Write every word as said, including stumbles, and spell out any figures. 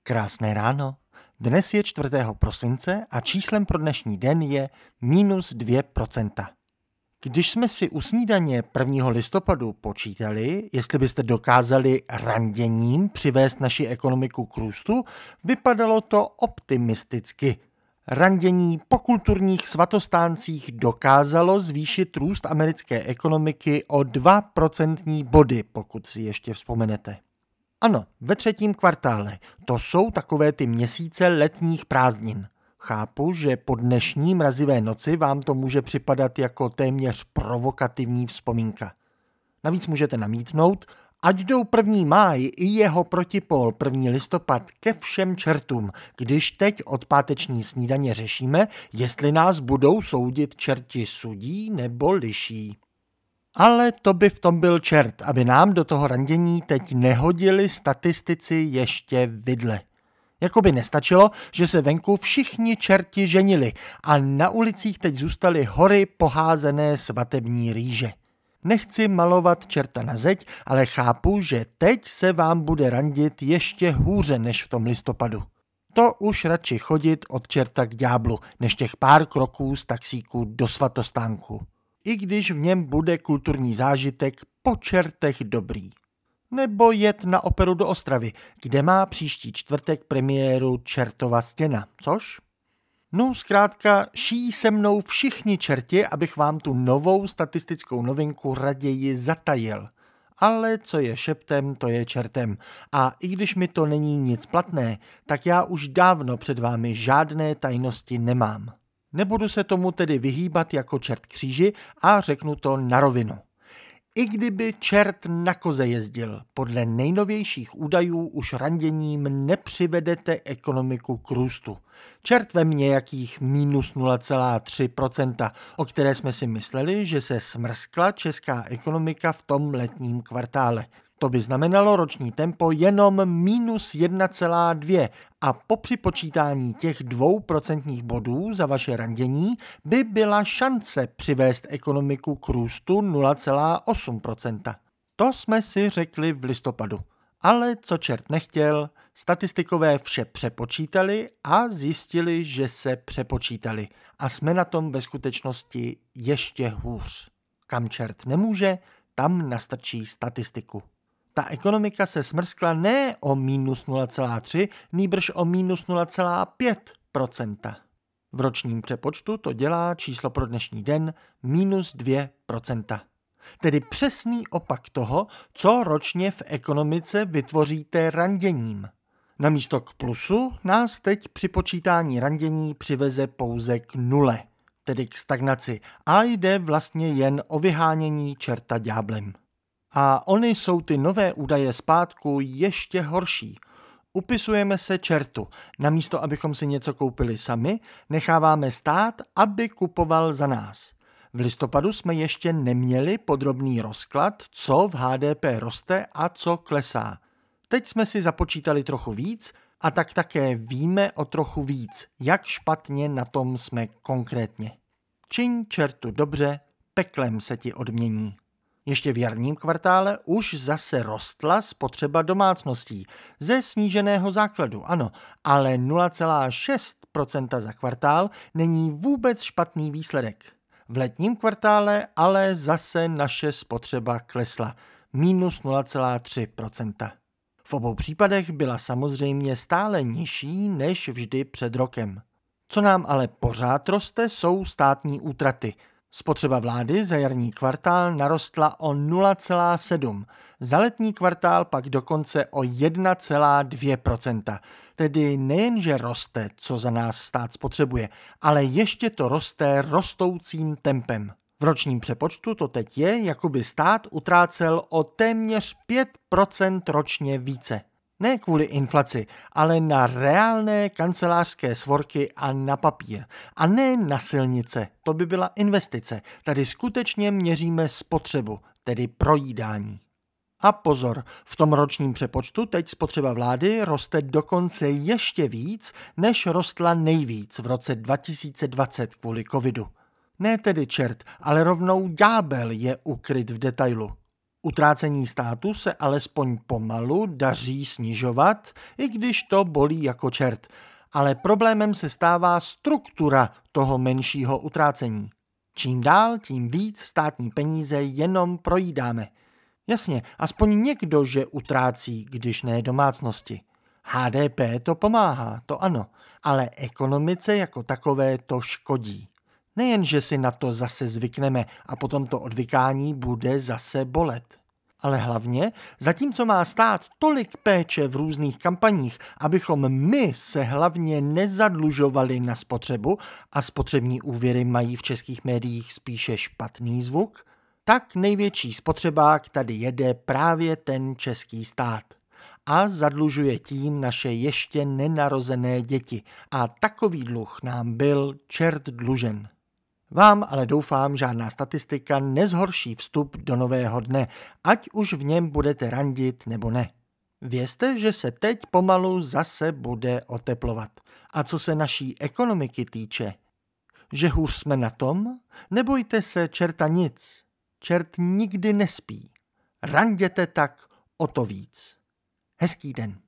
Krásné ráno. Dnes je čtvrtého prosince a číslem pro dnešní den je minus dvě procenta. Když jsme si u snídaně prvního listopadu počítali, jestli byste dokázali randěním přivést naši ekonomiku k růstu, vypadalo to optimisticky. Randění po kulturních svatostáncích dokázalo zvýšit růst americké ekonomiky o dva procentní body, pokud si ještě vzpomenete. Ano, ve třetím kvartále. To jsou takové ty měsíce letních prázdnin. Chápu, že po dnešní mrazivé noci vám to může připadat jako téměř provokativní vzpomínka. Navíc můžete namítnout, ať jdou první máj i jeho protipól první listopad ke všem čertům, když teď od páteční snídaně řešíme, jestli nás budou soudit čerti sudí nebo liší. Ale to by v tom byl čert, aby nám do toho randění teď nehodili statistici ještě vidle. Jakoby nestačilo, že se venku všichni čerti ženili a na ulicích teď zůstaly hory poházené svatební rýže. Nechci malovat čerta na zeď, ale chápu, že teď se vám bude randit ještě hůře než v tom listopadu. To už radši chodit od čerta k ďáblu, než těch pár kroků z taxíku do svatostánku. I když v něm bude kulturní zážitek po čertech dobrý. Nebo jet na operu do Ostravy, kde má příští čtvrtek premiéru Čertova stěna, což? No zkrátka šijí se mnou všichni čerti, abych vám tu novou statistickou novinku raději zatajil. Ale co je šeptem, to je čertem. A i když mi to není nic platné, tak já už dávno před vámi žádné tajnosti nemám. Nebudu se tomu tedy vyhýbat jako čert kříži a řeknu to na rovinu. I kdyby čert na koze jezdil, podle nejnovějších údajů už randěním nepřivedete ekonomiku k růstu. Čert ve nějakých minus nula celá tři procenta, o které jsme si mysleli, že se smrskla česká ekonomika v tom letním kvartále. To by znamenalo roční tempo jenom minus jedna celá dvě a po připočítání těch dvou procentních bodů za vaše randění by byla šance přivést ekonomiku k růstu nula celá osm procenta. To jsme si řekli v listopadu. Ale co čert nechtěl, statistikové vše přepočítali a zjistili, že se přepočítali. A jsme na tom ve skutečnosti ještě hůř. Kam čert nemůže, tam nastrčí statistiku. Ta ekonomika se smrskla ne o minus nula celá tři, nýbrž o minus nula celá pět procenta. V ročním přepočtu to dělá číslo pro dnešní den minus dvě procenta. Tedy přesný opak toho, co ročně v ekonomice vytvoříte randěním. Namísto k plusu nás teď při počítání randění přiveze pouze k nule, tedy k stagnaci, a jde vlastně jen o vyhánění čerta ďáblem. A ony jsou ty nové údaje zpátku ještě horší. Upisujeme se čertu. Namísto, abychom si něco koupili sami, necháváme stát, aby kupoval za nás. V listopadu jsme ještě neměli podrobný rozklad, co v H D P roste a co klesá. Teď jsme si započítali trochu víc a tak také víme o trochu víc, jak špatně na tom jsme konkrétně. Čiň čertu dobře, peklem se ti odmění. Ještě v jarním kvartále už zase rostla spotřeba domácností ze sníženého základu, ano, ale nula celá šest procenta za kvartál není vůbec špatný výsledek. V letním kvartále ale zase naše spotřeba klesla, minus nula celá tři procenta. V obou případech byla samozřejmě stále nižší než vždy před rokem. Co nám ale pořád roste, jsou státní útraty. Spotřeba vlády za jarní kvartál narostla o nula celá sedm, za letní kvartál pak dokonce o jedna celá dvě procenta. Tedy nejenže roste, co za nás stát spotřebuje, ale ještě to roste rostoucím tempem. V ročním přepočtu to teď je, jako by stát utrácel o téměř pět procent ročně více. Ne kvůli inflaci, ale na reálné kancelářské svorky a na papír. A ne na silnice, to by byla investice. Tady skutečně měříme spotřebu, tedy projídání. A pozor, v tom ročním přepočtu teď spotřeba vlády roste dokonce ještě víc, než rostla nejvíc v roce dva tisíce dvacet kvůli covidu. Ne tedy čert, ale rovnou ďábel je ukryt v detailu. Utrácení státu se alespoň pomalu daří snižovat, i když to bolí jako čert. Ale problémem se stává struktura toho menšího utrácení. Čím dál, tím víc státní peníze jenom projídáme. Jasně, aspoň někdo, že utrácí, když ne domácnosti. H D P to pomáhá, to ano, ale ekonomice jako takové to škodí. Nejen, že si na to zase zvykneme a potom to odvykání bude zase bolet. Ale hlavně, zatímco má stát tolik péče v různých kampaních, abychom my se hlavně nezadlužovali na spotřebu a spotřební úvěry mají v českých médiích spíše špatný zvuk, tak největší spotřebák tady jede právě ten český stát. A zadlužuje tím naše ještě nenarozené děti. A takový dluh nám byl čert dlužen. Vám ale doufám, žádná statistika nezhorší vstup do nového dne, ať už v něm budete randit nebo ne. Vězte, že se teď pomalu zase bude oteplovat. A co se naší ekonomiky týče, že hůř jsme na tom, nebojte se čerta nic. Čert nikdy nespí. Randěte tak o to víc. Hezký den.